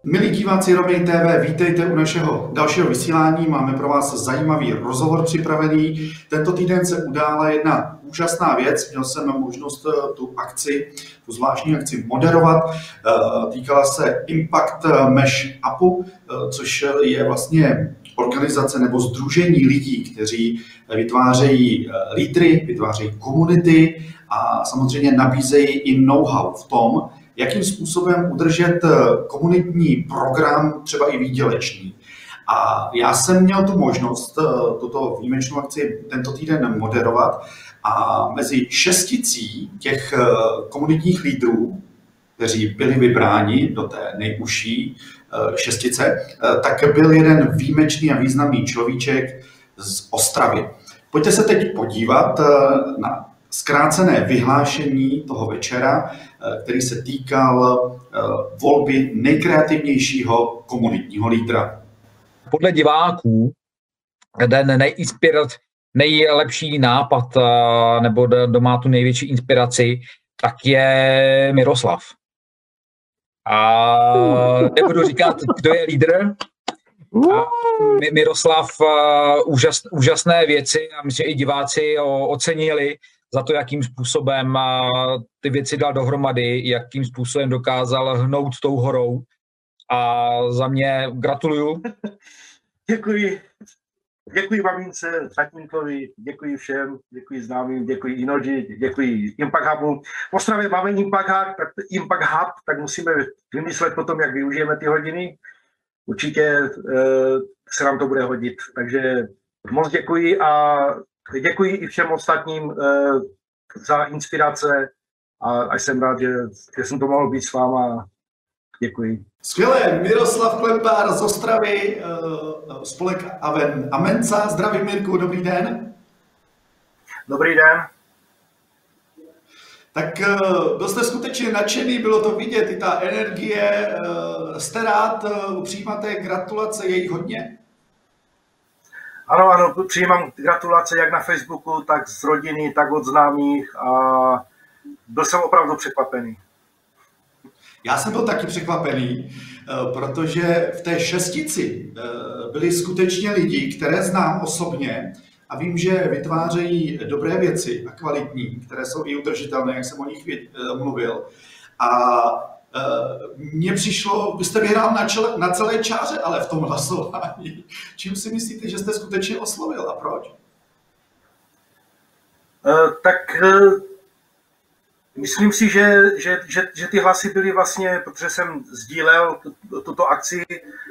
Milí diváci Romej TV, vítejte u našeho dalšího vysílání. Máme pro vás zajímavý rozhovor připravený. Tento týden se udála jedna úžasná věc. Měl jsem možnost tu zvláštní akci moderovat. Týkala se Impact Mesh Upu, což je vlastně organizace nebo sdružení lidí, kteří vytvářejí lídry, vytvářejí komunity a samozřejmě nabízejí i know-how v tom, jakým způsobem udržet komunitní program, třeba i výdělečný. A já jsem měl tu možnost tuto výjimečnou akci tento týden moderovat a mezi šesticí těch komunitních lídrů, kteří byli vybráni do té nejužší šestice, tak byl jeden výjimečný a významný človíček z Ostravy. Pojďte se teď podívat na zkrácené vyhlášení toho večera, který se týkal volby nejkreativnějšího komunitního lídra. Podle diváků ten nejlepší nápad nebo kdo má tu největší inspiraci, tak je Miroslav. A nebudu říkat, kdo je lídr. Miroslav úžasné věci a myslím, že i diváci ho ocenili za to, jakým způsobem ty věci dal dohromady, jakým způsobem dokázal hnout tou horou. A za mě gratuluju. Děkuji. Děkuji mamince, tatínkovi, děkuji všem, děkuji známým, děkuji Inoji, děkuji Impact Hubu. V Ostravě máme Impact Hub, tak musíme vymyslet potom, jak využijeme ty hodiny. Určitě se nám to bude hodit. Takže moc děkuji a děkuji i všem ostatním za inspirace a jsem rád, že jsem to mohl být s váma. Děkuji. Skvělé, Miroslav Klempár z Ostravy, spolek Aven Amenca. Zdravím, Mirku, dobrý den. Dobrý den. Tak byl jste skutečně nadšený, bylo to vidět, i ta energie. Jste rád, přijímáte gratulace, je jich hodně? Ano, přijímám gratulace jak na Facebooku, tak z rodiny, tak od známých a byl jsem opravdu překvapený. Já jsem byl taky překvapený, protože v té šestici byli skutečně lidi, které znám osobně a vím, že vytvářejí dobré věci a kvalitní, které jsou i udržitelné, jak jsem o nich mluvil. A mně přišlo, vy jste vyhrál na celé čáře, ale v tom hlasování. Čím si myslíte, že jste skutečně oslovil a proč? Myslím si, že ty hlasy byly vlastně, protože jsem sdílel tuto akci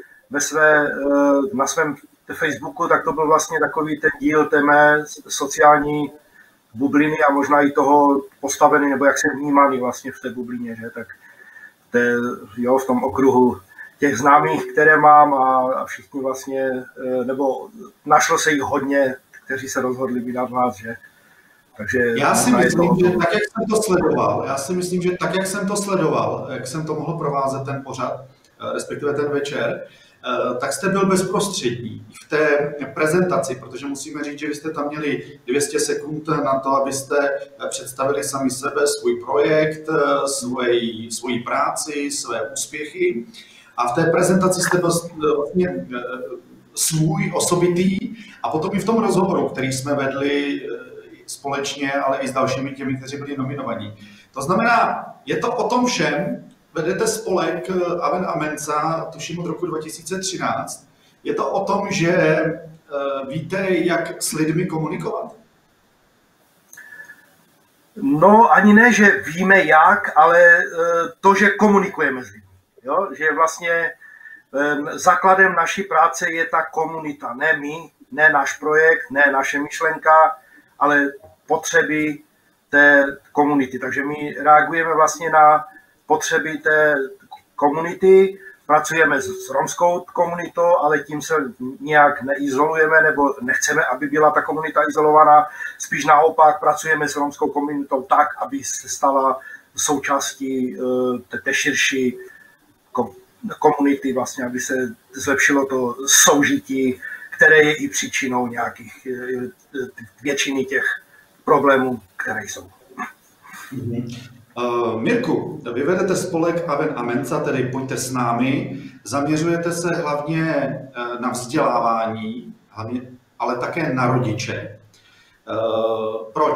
na svém Facebooku, tak to byl vlastně takový ten díl té mé sociální bubliny a možná i toho postavený, nebo jak jsem vnímaný vlastně v té bublině, že? Tak v tom okruhu těch známých, které mám a všichni vlastně, nebo našlo se jich hodně, kteří se rozhodli vydat hlas, že? Takže já si myslím, že tak, jak jsem to sledoval, jak jsem to mohl provázet ten pořad, respektive ten večer, tak jste byl bezprostřední v té prezentaci, protože musíme říct, že vy jste tam měli 200 sekund na to, abyste představili sami sebe, svůj projekt, svoji práci, své úspěchy. A v té prezentaci jste byl vlastně svůj osobitý a potom i v tom rozhovoru, který jsme vedli společně, ale i s dalšími těmi, kteří byli nominovaní. To znamená, je to o tom všem, vedete spolek Aven Amenca, tuším od roku 2013. Je to o tom, že víte, jak s lidmi komunikovat? No, ani ne, že víme jak, ale to, že komunikujeme s lidmi. Jo? Že vlastně základem naší práce je ta komunita. Ne my, ne náš projekt, ne naše myšlenka, ale potřeby té komunity. Takže my reagujeme vlastně na potřeby té komunity, pracujeme s romskou komunitou, ale tím se nějak neizolujeme nebo nechceme, aby byla ta komunita izolovaná. Spíš naopak pracujeme s romskou komunitou tak, aby se stala součástí té širší komunity, vlastně, aby se zlepšilo to soužití, které je i příčinou nějakých většiny těch problémů, které jsou. Mirku, vy vedete spolek Aven a Mensa, tedy Pojďte s námi. Zaměřujete se hlavně na vzdělávání, ale také na rodiče. Proč?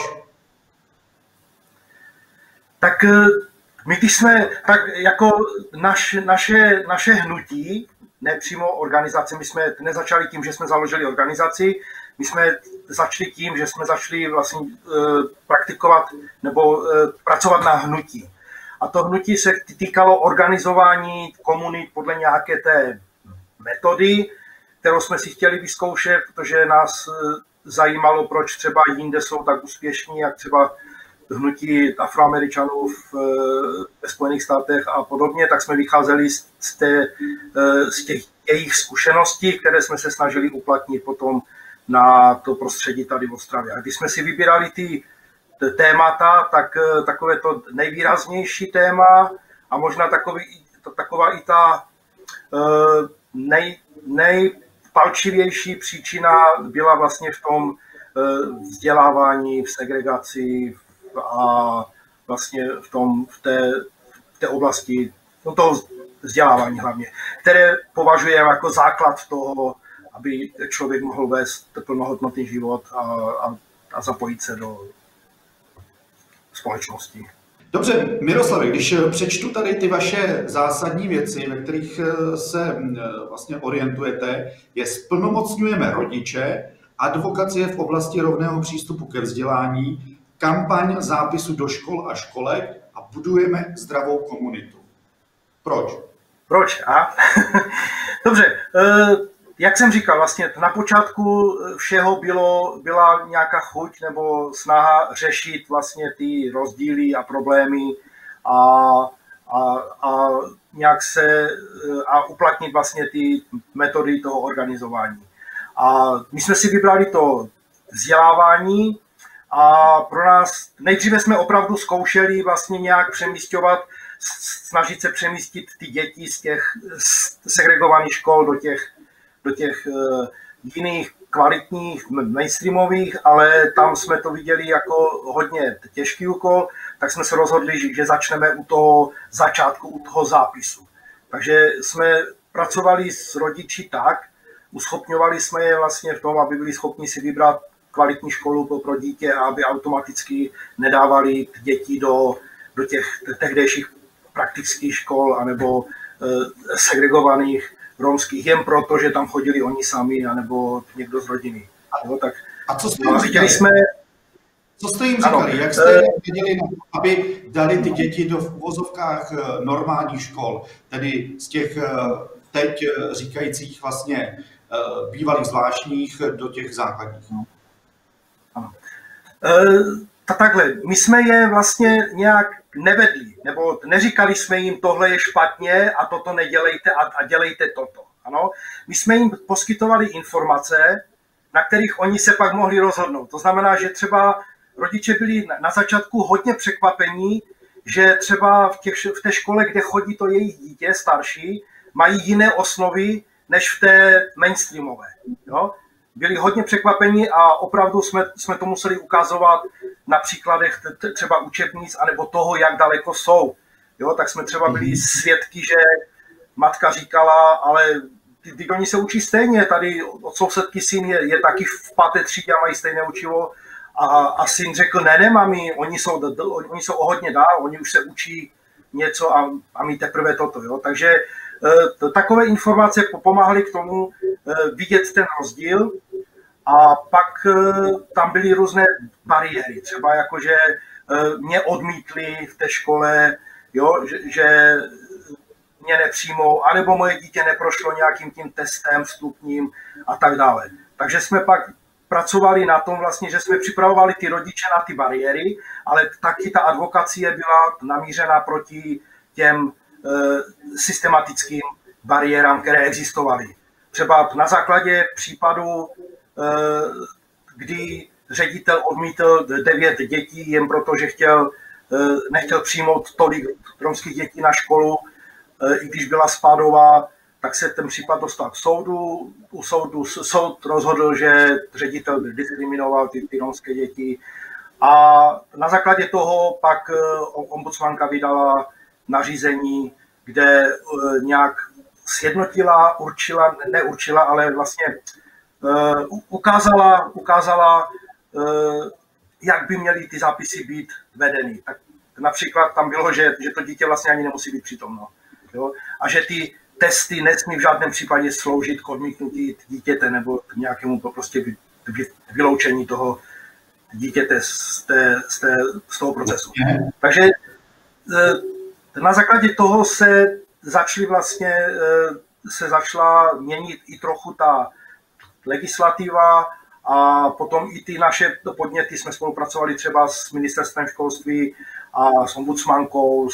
Tak my když jsme, tak jako naše hnutí, nepřímo organizace, my jsme nezačali tím, že jsme založili organizaci, my jsme začali tím, že jsme začali vlastně praktikovat nebo pracovat na hnutí. A to hnutí se týkalo organizování komunit podle nějaké té metody, kterou jsme si chtěli vyzkoušet, protože nás zajímalo, proč třeba jinde jsou tak úspěšní, jak třeba hnutí Afroameričanů ve Spojených státech a podobně, tak jsme vycházeli z těch jejich zkušeností, které jsme se snažili uplatnit potom na to prostředí tady v Ostravě. A když jsme si vybírali ty témata, tak takové to nejvýraznější téma a možná taková i ta nejpalčivější příčina byla vlastně v tom vzdělávání, v segregaci a vlastně v té oblasti toho vzdělávání hlavně, které považuje jako základ toho, aby člověk mohl vést plnohodnotný život a zapojit se do společnosti. Dobře, Miroslave, když přečtu tady ty vaše zásadní věci, ve kterých se vlastně orientujete, je splnomocňujeme rodiče, advokacie v oblasti rovného přístupu ke vzdělání, kampaň zápisu do škol a školek a budujeme zdravou komunitu. Proč? Proč? Dobře, jak jsem říkal, vlastně na počátku všeho byla nějaká chuť nebo snaha řešit vlastně ty rozdíly a problémy a nějak uplatnit vlastně ty metody toho organizování. A my jsme si vybrali to vzdělávání a pro nás nejdříve jsme opravdu zkoušeli vlastně nějak snažit se přemístit ty děti z těch segregovaných škol do těch jiných kvalitních, mainstreamových, ale tam jsme to viděli jako hodně těžký úkol, tak jsme se rozhodli, že začneme u toho začátku, u toho zápisu. Takže jsme pracovali s rodiči tak, uschopňovali jsme je vlastně v tom, aby byli schopni si vybrat kvalitní školu pro dítě a aby automaticky nedávali děti do těch tehdejších praktických škol anebo segregovaných romských jen proto, že tam chodili oni sami anebo někdo z rodiny. A co jste jim říkali? Co jste jim říkali? Jak jste věděli, aby dali ty děti do v uvozovkách normálních škol, tedy z těch teď říkajících vlastně bývalých zvláštních do těch základních? Ano. Takhle, my jsme je vlastně nějak nevedli, nebo neříkali jsme jim, tohle je špatně a toto nedělejte a dělejte toto. Ano? My jsme jim poskytovali informace, na kterých oni se pak mohli rozhodnout. To znamená, že třeba rodiče byli na začátku hodně překvapení, že třeba v té škole, kde chodí to jejich dítě starší, mají jiné osnovy než v té mainstreamové. Jo? Byli hodně překvapení a opravdu jsme to museli ukazovat na příkladech třeba učebnic anebo toho, jak daleko jsou. Jo? Tak jsme třeba byli svědky, že matka říkala, ale ty oni se učí stejně, tady od sousedky syn je taky v 5. třídě a mají stejné učivo. A syn řekl, ne, mami, oni jsou o hodně dál, oni už se učí něco a my teprve toto. Jo? Takže takové informace pomáhaly k tomu vidět ten rozdíl a pak tam byly různé bariéry, třeba jakože mě odmítli v té škole, jo? Že mě nepřijmou, anebo moje dítě neprošlo nějakým tím testem vstupním a tak dále. Takže jsme pak pracovali na tom vlastně, že jsme připravovali ty rodiče na ty bariéry, ale taky ta advokacie byla namířena proti těm systematickým bariérám, které existovaly. Třeba na základě případu, kdy ředitel odmítl 9 dětí jen proto, že nechtěl přijmout tolik romských dětí na školu, i když byla spádová, tak se ten případ dostal k soudu. Soud rozhodl, že ředitel diskriminoval ty romské děti A na základě toho pak ombudsmanka vydala nařízení, kde nějak sjednotila, neurčila, ale vlastně ukázala, jak by měly ty zápisy být vedeny. Tak například tam bylo, že to dítě vlastně ani nemusí být přítomno. Jo? A že ty testy nesmí v žádném případě sloužit k odmítnutí dítěte nebo k nějakému prostě vyloučení toho dítěte z toho procesu. Takže na základě toho se začala měnit i trochu ta legislativa a potom i ty naše podněty jsme spolupracovali třeba s ministerstvem školství a s ombudsmankou,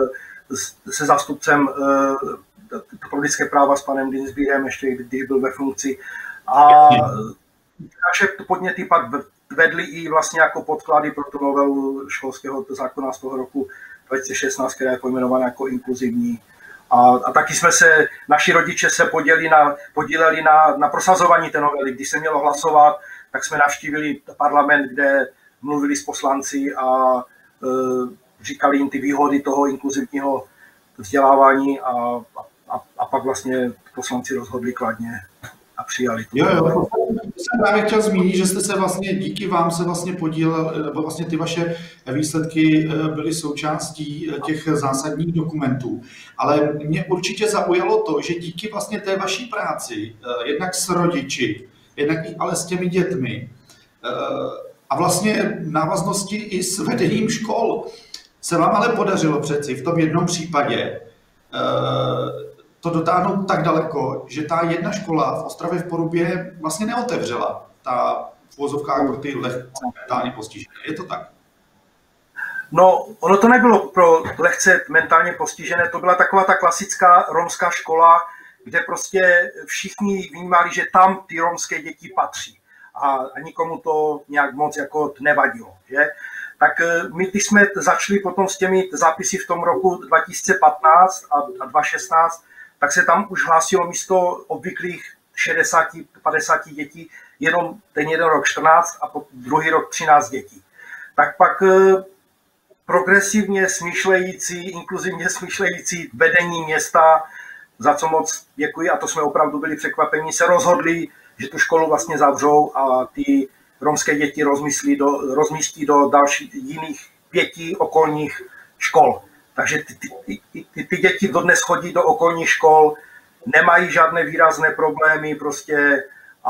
se zástupcem pro lidské práva s panem Dinsbyrem, ještě když byl ve funkci. A naše podněty pak vedly i vlastně jako podklady pro tu novelu školského zákona z toho roku 2016, která je pojmenovaná jako inkluzivní. A taky naši rodiče se podíleli na prosazování té novely. Když se mělo hlasovat, tak jsme navštívili parlament, kde mluvili s poslanci a říkali jim ty výhody toho inkluzivního vzdělávání a pak vlastně poslanci rozhodli kladně a přijali to. Jo. Jsem právě chtěl zmínit, že jste se vlastně, díky vám se vlastně podílel, nebo vlastně ty vaše výsledky byly součástí těch zásadních dokumentů. Ale mě určitě zaujalo to, že díky vlastně té vaší práci, jednak s rodiči, jednak ale s těmi dětmi a vlastně v návaznosti i s vedením škol, se vám ale podařilo přeci v tom jednom případě to dotáhnout tak daleko, že ta jedna škola v Ostravě v Porubě vlastně neotevřela, ta v uvozovkách pro ty lehce mentálně postižené. Je to tak? No, ono to nebylo pro lehce mentálně postižené, to byla taková ta klasická romská škola, kde prostě všichni vnímali, že tam ty romské děti patří a nikomu to nějak moc jako nevadilo, že? Tak my, když jsme začali potom s těmi zápisy v tom roku 2015 a 2016, tak se tam už hlásilo místo obvyklých 60-50 dětí jenom ten jeden rok 14 a druhý rok 13 dětí. Tak pak progresivně smýšlející, inkluzivně smýšlející vedení města, za co moc děkuji, a to jsme opravdu byli překvapeni, se rozhodli, že tu školu vlastně zavřou a ty romské děti rozmístí do jiných 5 okolních škol. Takže ty děti dodnes chodí do okolních škol, nemají žádné výrazné problémy, prostě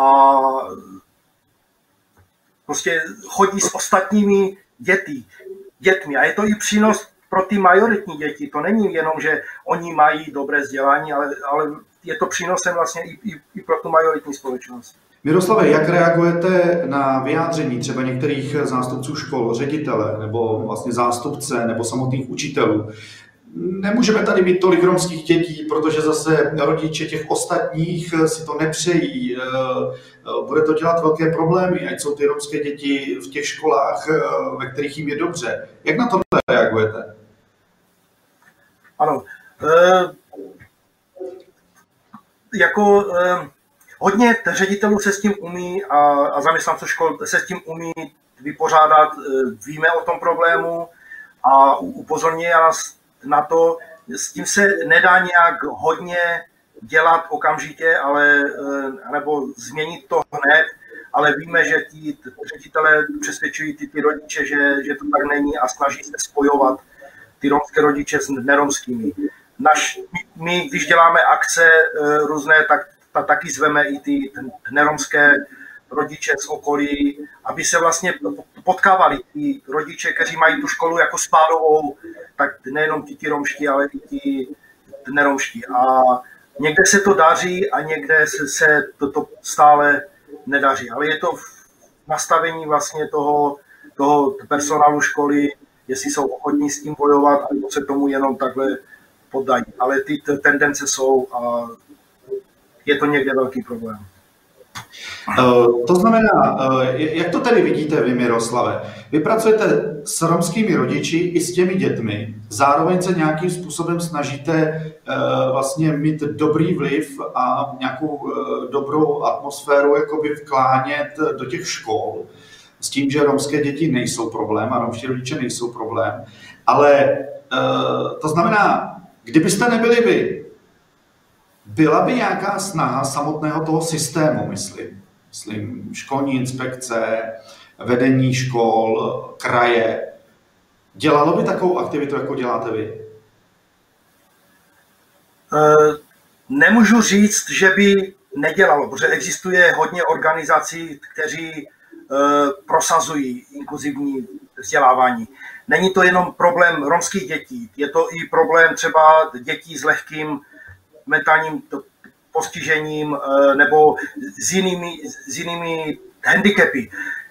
chodí s ostatními dětmi. A je to i přínos pro ty majoritní děti. To není jenom, že oni mají dobré vzdělání, ale je to přínosem vlastně i pro tu majoritní společnost. Miroslave, jak reagujete na vyjádření třeba některých zástupců škol, ředitele nebo vlastně zástupce nebo samotných učitelů? Nemůžeme tady mít tolik romských dětí, protože zase rodiče těch ostatních si to nepřejí. Bude to dělat velké problémy, ať jsou ty romské děti v těch školách, ve kterých jim je dobře. Jak na tohle reagujete? Ano. Hodně ředitelů se s tím umí a zaměstnanců škol se s tím umí vypořádat. Víme o tom problému a upozorňuji nás na to. S tím se nedá nějak hodně dělat okamžitě, nebo změnit to hned, ale víme, že ti ředitelé přesvědčují ty rodiče, že to tak není a snaží se spojovat ty romské rodiče s neromskými. My, když děláme akce různé, tak taky zveme i ty neromské rodiče z okolí, aby se vlastně potkávali ty rodiče, kteří mají tu školu jako spádovou, tak nejenom ty romští, ale i ty neromští. A někde se to daří a někde se to stále nedaří. Ale je to v nastavení vlastně toho personálu školy, jestli jsou ochotní s tím bojovat, nebo se tomu jenom takhle poddají. Ale ty tendence jsou a je to někde velký problém. To znamená, jak to tedy vidíte vy, Miroslave? Vy pracujete s romskými rodiči i s těmi dětmi, zároveň se nějakým způsobem snažíte vlastně mít dobrý vliv a nějakou dobrou atmosféru jakoby vklánět do těch škol. s tím, že romské děti nejsou problém a romští rodiče nejsou problém, ale to znamená, kdybyste nebyli vy, byla by nějaká snaha samotného toho systému, myslím školní inspekce, vedení škol, kraje, dělalo by takovou aktivitu, jako děláte vy? Nemůžu říct, že by nedělalo, protože existuje hodně organizací, kteří prosazují inkluzivní vzdělávání. Není to jenom problém romských dětí, je to i problém třeba dětí s lehkým mentálním postižením nebo s jinými handicapy,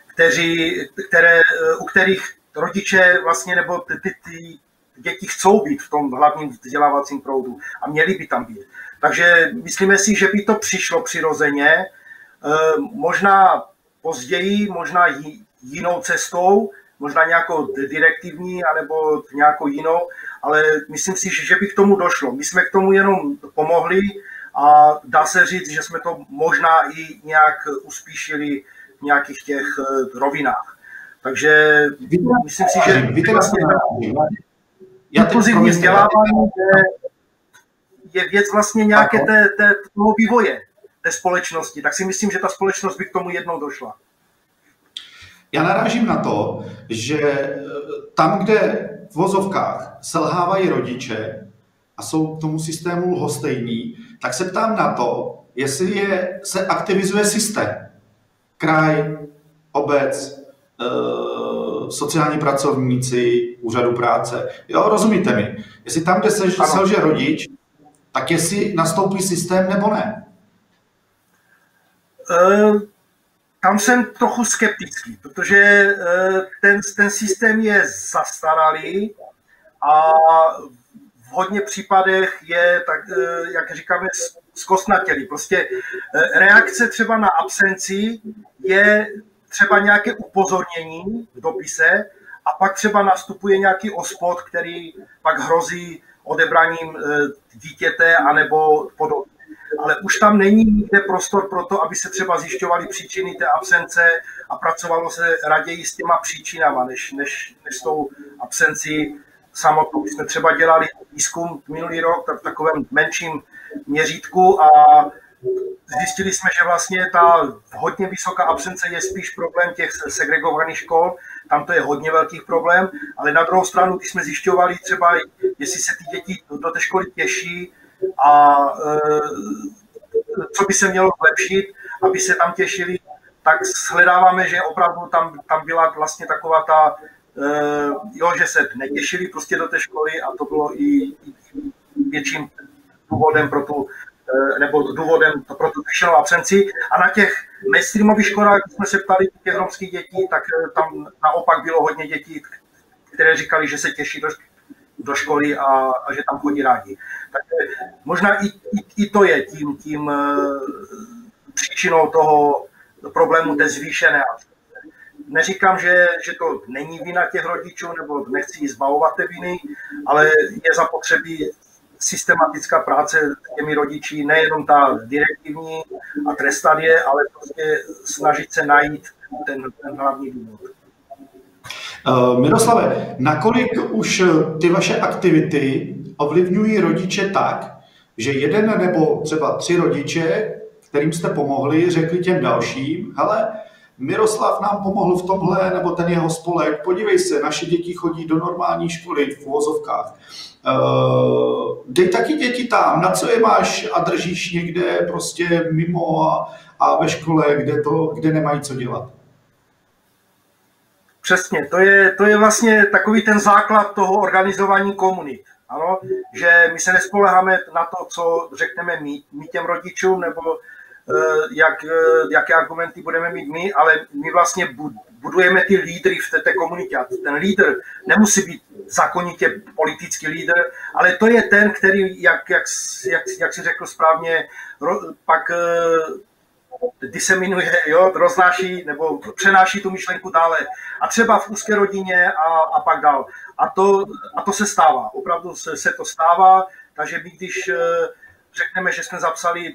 u kterých rodiče vlastně nebo ty děti chcou být v tom hlavním vzdělávacím proudu a měli by tam být. Takže myslíme si, že by to přišlo přirozeně, možná později, možná jinou cestou, možná nějakou direktivní anebo nějakou jinou, ale myslím si, že by k tomu došlo. My jsme k tomu jenom pomohli a dá se říct, že jsme to možná i nějak uspíšili v nějakých těch rovinách. Takže myslím si, že vlastně inkluzivní vzdělávání je věc vlastně nějaké toho vývoje té společnosti. Tak si myslím, že ta společnost by k tomu jednou došla. Já narážím na to, že tam, kde v vozovkách selhávají rodiče a jsou k tomu systému lhostejní, tak se ptám na to, jestli se aktivizuje systém. Kraj, obec, sociální pracovníci, úřadu práce. Jo, rozumíte mi? Jestli tam, kde selže rodič, tak jestli nastoupí systém nebo ne? Tam jsem trochu skeptický, protože ten systém je zastaralý a v hodně případech je, tak, jak říkáme, zkostnatělý. Prostě reakce třeba na absenci je třeba nějaké upozornění v dopise a pak třeba nastupuje nějaký OSPOD, který pak hrozí odebraním dítěte anebo podobně. Ale už tam není nikde prostor pro to, aby se třeba zjišťovaly příčiny té absence a pracovalo se raději s těma příčinama, než s tou absencí samotnou. My jsme třeba dělali výzkum minulý rok v takovém menším měřítku a zjistili jsme, že vlastně ta hodně vysoká absence je spíš problém těch segregovaných škol, tam to je hodně velký problém, ale na druhou stranu, když jsme zjišťovali třeba, jestli se ty děti do té školy těší a co by se mělo zlepšit, aby se tam těšili, tak shledáváme, že opravdu tam byla vlastně taková ta, že se netěšili prostě do té školy a to bylo i větším důvodem pro tu zvýšenou absenci. A na těch mainstreamových školách, když jsme se ptali těch romských dětí, tak tam naopak bylo hodně dětí, které říkali, že se těší do školy a že tam chodí rádi. Takže možná i to je tím příčinou toho problému té zvýšené absence. Neříkám, že to není vina těch rodičů, nebo nechci jí zbavovat té viny, ale je zapotřebí systematická práce s těmi rodiči, nejenom ta direktivní a trestat je, ale prostě snažit se najít ten hlavní důvod. Miroslave, nakolik už ty vaše aktivity ovlivňují rodiče tak, že jeden nebo třeba 3 rodiče, kterým jste pomohli, řekli těm dalším, hele, Miroslav nám pomohl v tomhle, nebo ten jeho spolek, podívej se, naše děti chodí do normální školy v uvozovkách. Dej taky děti tam, na co je máš a držíš někde prostě mimo a ve škole, kde nemají co dělat. Přesně, to je vlastně takový ten základ toho organizování komunit. Ano, že my se nespoléháme na to, co řekneme my těm rodičům, nebo jaké argumenty budeme mít my, ale my vlastně budujeme ty lídry v té komunitě. Ten lídr nemusí být zákonitě politický lídr, ale to je ten, který, jak si řekl správně, pak diseminuje, roznáší nebo přenáší tu myšlenku dále. A třeba v úzké rodině a pak dál. A to se stává. Opravdu se to stává, takže my když řekneme, že jsme zapsali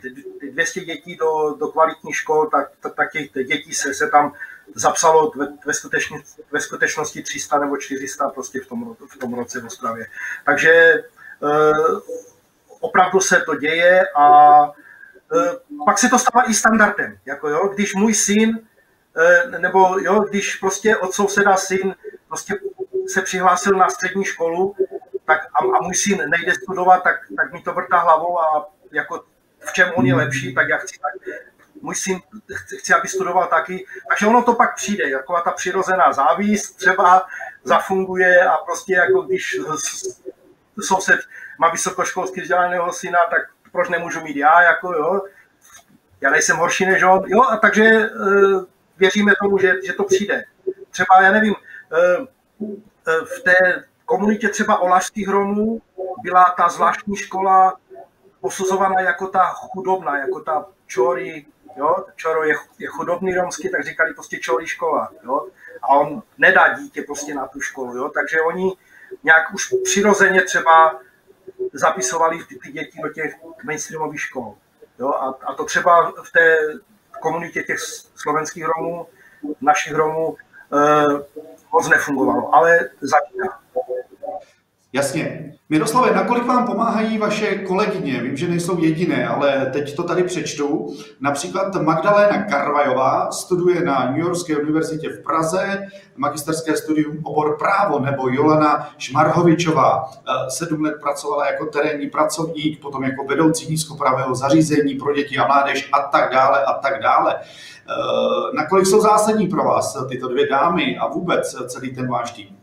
200 dětí do kvalitních škol, tak těch dětí se tam zapsalo ve skutečnosti 300 nebo 400 prostě v tom roce v Ostravě. Takže opravdu se to děje a pak se to stává i standardem. Jako jo, když můj syn, nebo jo, když prostě od souseda syn prostě se přihlásil na střední školu, tak a můj syn nejde studovat, tak mi to vrtá hlavou a jako v čem on je lepší, tak já chci, tak můj syn chci, aby studoval taky. Takže ono to pak přijde, jako ta přirozená závist třeba zafunguje a prostě jako když soused má vysokoškolsky vzdělaného syna, tak proč nemůžu mít já, jako jo, já nejsem horší než on, jo, a takže věříme tomu, že to přijde. Třeba, já nevím, v té komunitě třeba olašských Romů byla ta zvláštní škola posuzovaná jako ta chudobná, jako ta Čory, jo, Čoro je chudobný romský, tak říkali prostě Čory škola, jo, a on nedá dítě prostě na tu školu, jo, takže oni nějak už přirozeně třeba zapisovali ty děti do těch mainstreamových škol, jo, a to třeba v té komunitě těch slovenských Romů, našich Romů, moc nefungovalo, ale začíná. Jasně. Miroslave, nakolik vám pomáhají vaše kolegyně? Vím, že nejsou jediné, ale teď to tady přečtu. Například Magdalena Karvajová studuje na New Yorkské univerzitě v Praze, magisterské studium obor právo, nebo Jolana Šmarhovičová 7 let pracovala jako terénní pracovník, potom jako vedoucí nízkopravého zařízení pro děti a mládež a tak dále a tak dále. Nakolik jsou zásadní pro vás tyto dvě dámy a vůbec celý ten váš tým?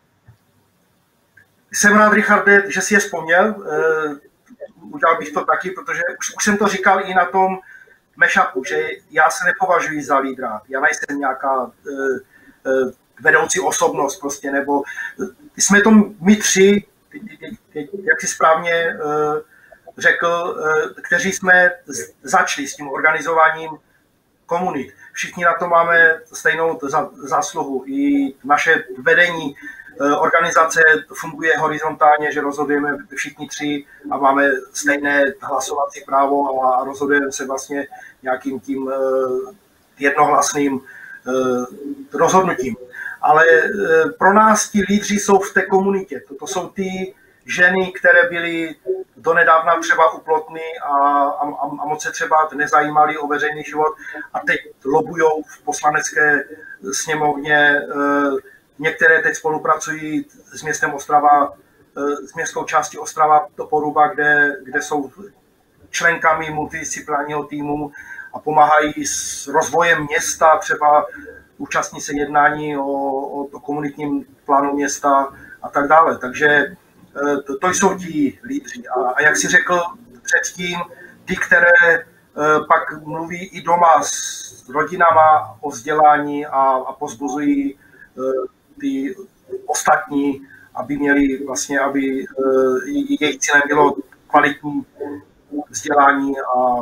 Jsem rád, Richarde, že si je vzpomněl. Udělal bych to taky, protože už jsem to říkal i na tom mashupu, že já se nepovažuji za lídra. Já nejsem nějaká vedoucí osobnost prostě, nebo jsme to my tři, jak si správně řekl, kteří jsme začali s tím organizováním komunit. Všichni na to máme stejnou zásluhu. I naše vedení organizace funguje horizontálně, že rozhodujeme všichni tři a máme stejné hlasovací právo a rozhodujeme se vlastně nějakým tím jednohlasným rozhodnutím. Ale pro nás ti lídři jsou v té komunitě. To jsou ty ženy, které byly donedávna třeba u Plotny a moc se třeba nezajímaly o veřejný život a teď lobujou v poslanecké sněmovně. Některé teď spolupracují s městem Ostrava, s městskou částí Ostrava do Poruba, kde jsou členkami multidisciplinárního týmu a pomáhají s rozvojem města, třeba účastní se jednání o komunitním plánu města a tak dále. Takže to jsou ti lídři. A jak si řekl předtím, ty, které pak mluví i doma s rodinama o vzdělání a povzbuzují ty ostatní, aby měli vlastně, aby jejich cílem bylo kvalitní vzdělání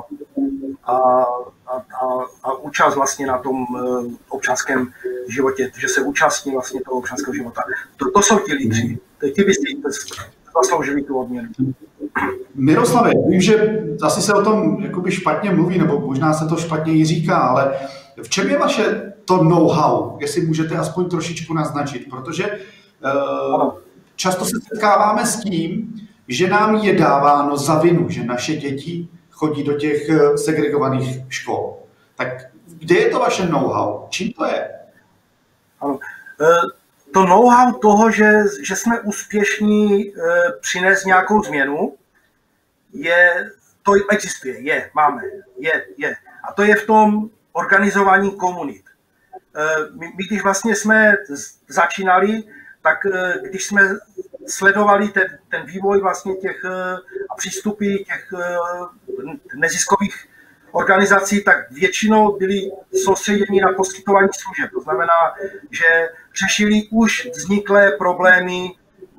a účast vlastně na tom občanském životě, že se účastní vlastně toho občanského života. To jsou ti lídři. Ti by si zasloužili tu odměnu. Miroslave, vím, že asi se o tom jakoby špatně mluví, nebo možná se to špatně i říká, ale v čem je vaše to know-how, jestli můžete aspoň trošičku naznačit, protože často se setkáváme s tím, že nám je dáváno za vinu, že naše děti chodí do těch segregovaných škol. Tak kde je to vaše know-how? Čím to je? Ano. To know-how toho, že jsme úspěšní přinést nějakou změnu, to existuje, máme. A to je v tom organizování komunit. My když vlastně jsme začínali, tak když jsme sledovali ten vývoj vlastně těch a přístupy těch neziskových organizací, tak většinou byli soustředěni na poskytování služeb. To znamená, že řešili už vzniklé problémy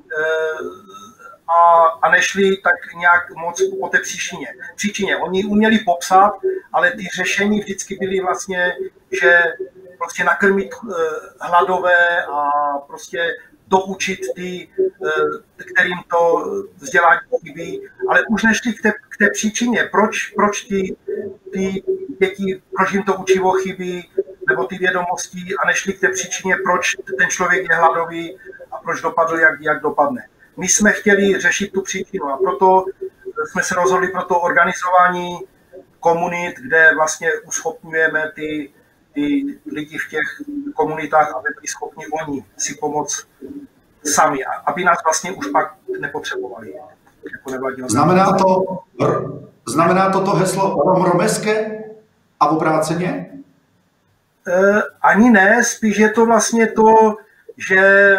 a nešli tak nějak moc po té příčině. Oni uměli popsat, ale ty řešení vždycky byly vlastně, že prostě nakrmit hladové a prostě doučit ty, kterým to vzdělání chybí, ale už nešli k té příčině, proč ty ty děti, proč jim to učivo chybí, nebo ty vědomosti a nešli k té příčině, proč ten člověk je hladový a proč dopadl, jak dopadne. My jsme chtěli řešit tu příčinu a proto jsme se rozhodli pro to organizování komunit, kde vlastně uschopňujeme ty lidi v těch komunitách, aby byli schopni oni si pomoct sami, aby nás vlastně už pak nepotřebovali. Jako znamená to heslo romeské a obráceně? Ani ne, spíš je to vlastně to, že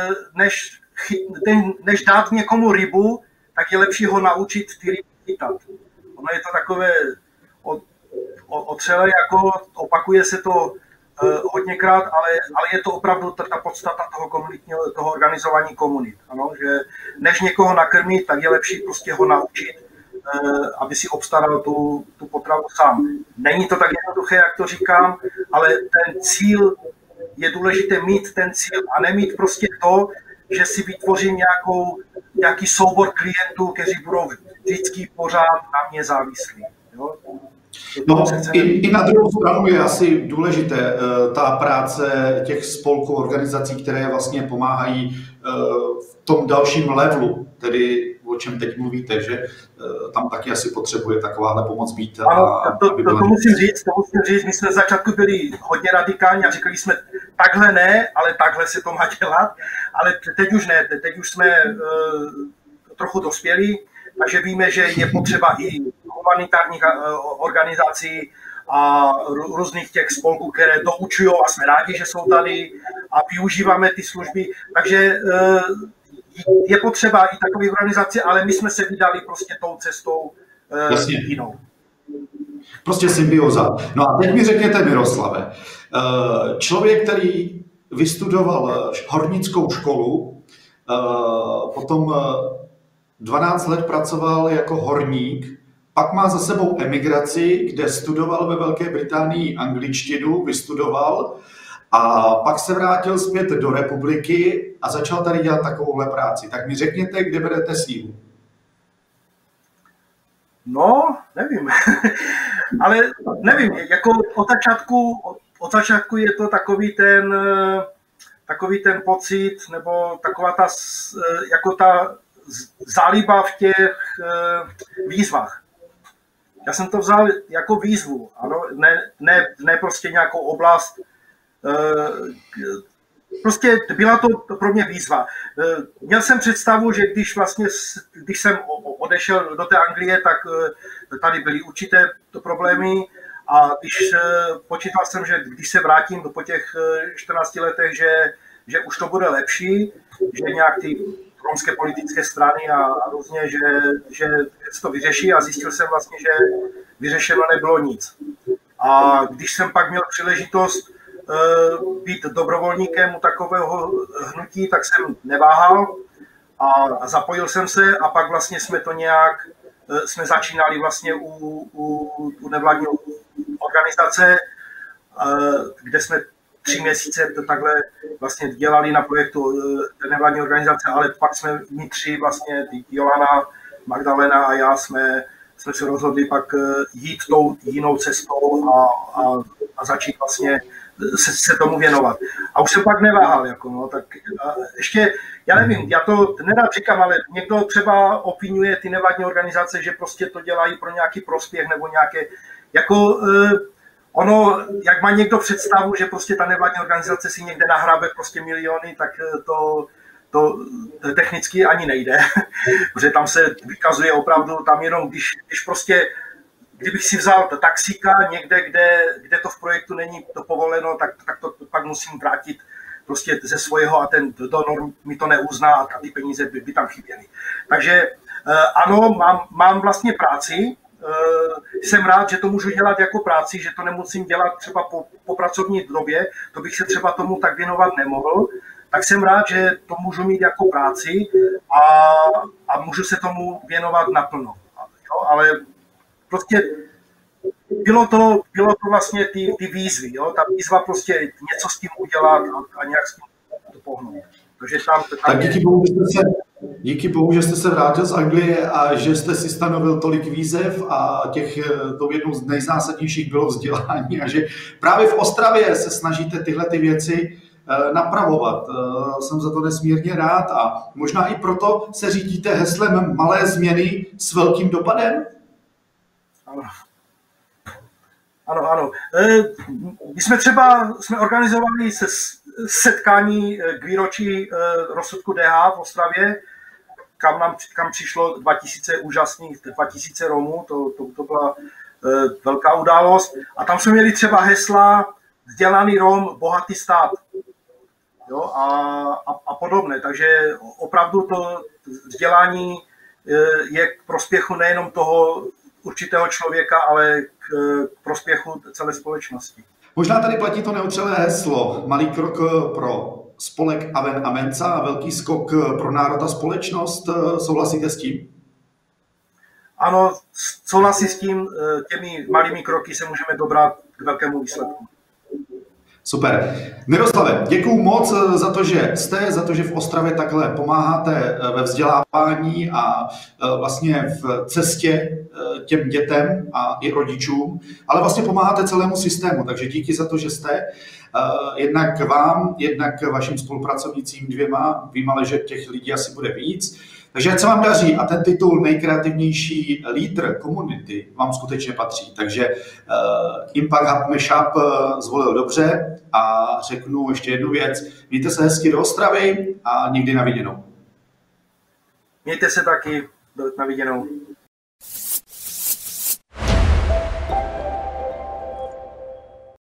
než dát někomu rybu, tak je lepší ho naučit ty ryby chytat. Ono je to takové otřele, jako opakuje se to hodněkrát, ale je to opravdu ta podstata toho organizování komunit. Ano? Že než někoho nakrmit, tak je lepší prostě ho naučit, aby si obstaral tu potravu sám. Není to tak jednoduché, jak to říkám, ale ten cíl, je důležité mít ten cíl a nemít prostě to, že si vytvořím nějaký soubor klientů, kteří budou vždycky pořád na mě závislí. Jo? No, i na druhou stranu je asi důležité ta práce těch spolků, organizací, které vlastně pomáhají v tom dalším levelu, tedy o čem teď mluvíte, že tam taky asi potřebuje takováhle pomoc být. To musím říct, my jsme v začátku byli hodně radikální a říkali jsme, takhle ne, ale takhle se to má dělat, ale teď už ne, teď už jsme trochu dospělí, takže víme, že je potřeba i humanitárních organizací a různých těch spolků, které doučují a jsme rádi, že jsou tady a využíváme ty služby. Takže je potřeba i takové organizace, ale my jsme se vydali prostě tou cestou jinou. Prostě symbioza. No a teď mi řekněte, Miroslave, člověk, který vystudoval hornickou školu, potom 12 let pracoval jako horník, pak má za sebou emigraci, kde studoval ve Velké Británii angličtinu, vystudoval a pak se vrátil zpět do republiky a začal tady dělat takovouhle práci. Tak mi řekněte, kde berete sílu. No, nevím. Ale nevím, jako od začátku je to takový ten pocit, nebo taková ta záliba v těch výzvách. Já jsem to vzal jako výzvu, ano? Ne prostě nějakou oblast. Prostě byla to pro mě výzva. Měl jsem představu, že když jsem odešel do té Anglie, tak tady byly určité problémy a když počítal jsem, že když se vrátím po těch 14 letech, že už to bude lepší, že nějak ty romské politické strany a různě, že se to vyřeší a zjistil jsem vlastně, že vyřešeno nebylo nic. A když jsem pak měl příležitost být dobrovolníkem u takového hnutí, tak jsem neváhal a zapojil jsem se a pak vlastně jsme začínali vlastně u nevládní organizace, kde jsme 3 měsíce to takhle vlastně dělali na projektu té nevládní organizace, ale pak jsme my 3 vlastně, Jolana, Magdalena a já jsme se rozhodli pak jít tou jinou cestou a začít vlastně se tomu věnovat. A už jsem pak neváhal, jako no, tak ještě, já nevím, já to nerad říkám, ale někdo třeba opinuje ty nevládní organizace, že prostě to dělají pro nějaký prospěch nebo nějaké, jako ono, jak má někdo představu, že prostě ta nevládní organizace si někde nahrabe prostě miliony, tak to technicky ani nejde, protože tam se vykazuje opravdu, tam jenom, když prostě, kdybych si vzal taxíka někde, kde to v projektu není to povoleno, tak to pak musím vrátit prostě ze svého a ten donor mi to neuzná a ty peníze by tam chyběly. Takže ano, mám vlastně práci, jsem rád, že to můžu dělat jako práci, že to nemusím dělat třeba po pracovní době, to bych se třeba tomu tak věnovat nemohl, tak jsem rád, že to můžu mít jako práci a můžu se tomu věnovat naplno. Jo, ale prostě bylo to vlastně ty výzvy, jo? Ta výzva prostě něco s tím udělat a nějak s tím to pohnout. Takže tam tak Díky bohu, že jste se vrátil z Anglie a že jste si stanovil tolik výzev a tou jednou z nejzásadnějších bylo vzdělání a že právě v Ostravě se snažíte tyhle ty věci napravovat. Jsem za to nesmírně rád a možná i proto se řídíte heslem malé změny s velkým dopadem? Ano. My jsme organizovali setkání k výročí rozsudku DH v Ostravě, kam přišlo 2000 Romů, to byla velká událost. A tam jsme měli třeba hesla vzdělaný Rom, bohatý stát. Jo, a podobné. Takže opravdu to vzdělání je k prospěchu nejenom toho určitého člověka, ale k prospěchu celé společnosti. Možná tady platí to neotřelé heslo. Malý krok pro spolek Aven a Mensa a velký skok pro národ a společnost. Souhlasíte s tím? Ano, souhlasím s tím. Těmi malými kroky se můžeme dobrat k velkému výsledku. Super. Miroslave, děkuju moc za to, že v Ostravě takhle pomáháte ve vzdělávání a vlastně v cestě těm dětem a i rodičům, ale vlastně pomáháte celému systému, takže díky za to, že jste. Jednak vám, jednak vašim spolupracovnicím dvěma, vím ale, že těch lidí asi bude víc. Takže ať se vám daří a ten titul nejkreativnější lídr komunity vám skutečně patří. Takže Impact Hub Mashup zvolil dobře a řeknu ještě jednu věc. Mějte se hezky do Ostravy a někdy na viděnou. Mějte se taky, na viděnou.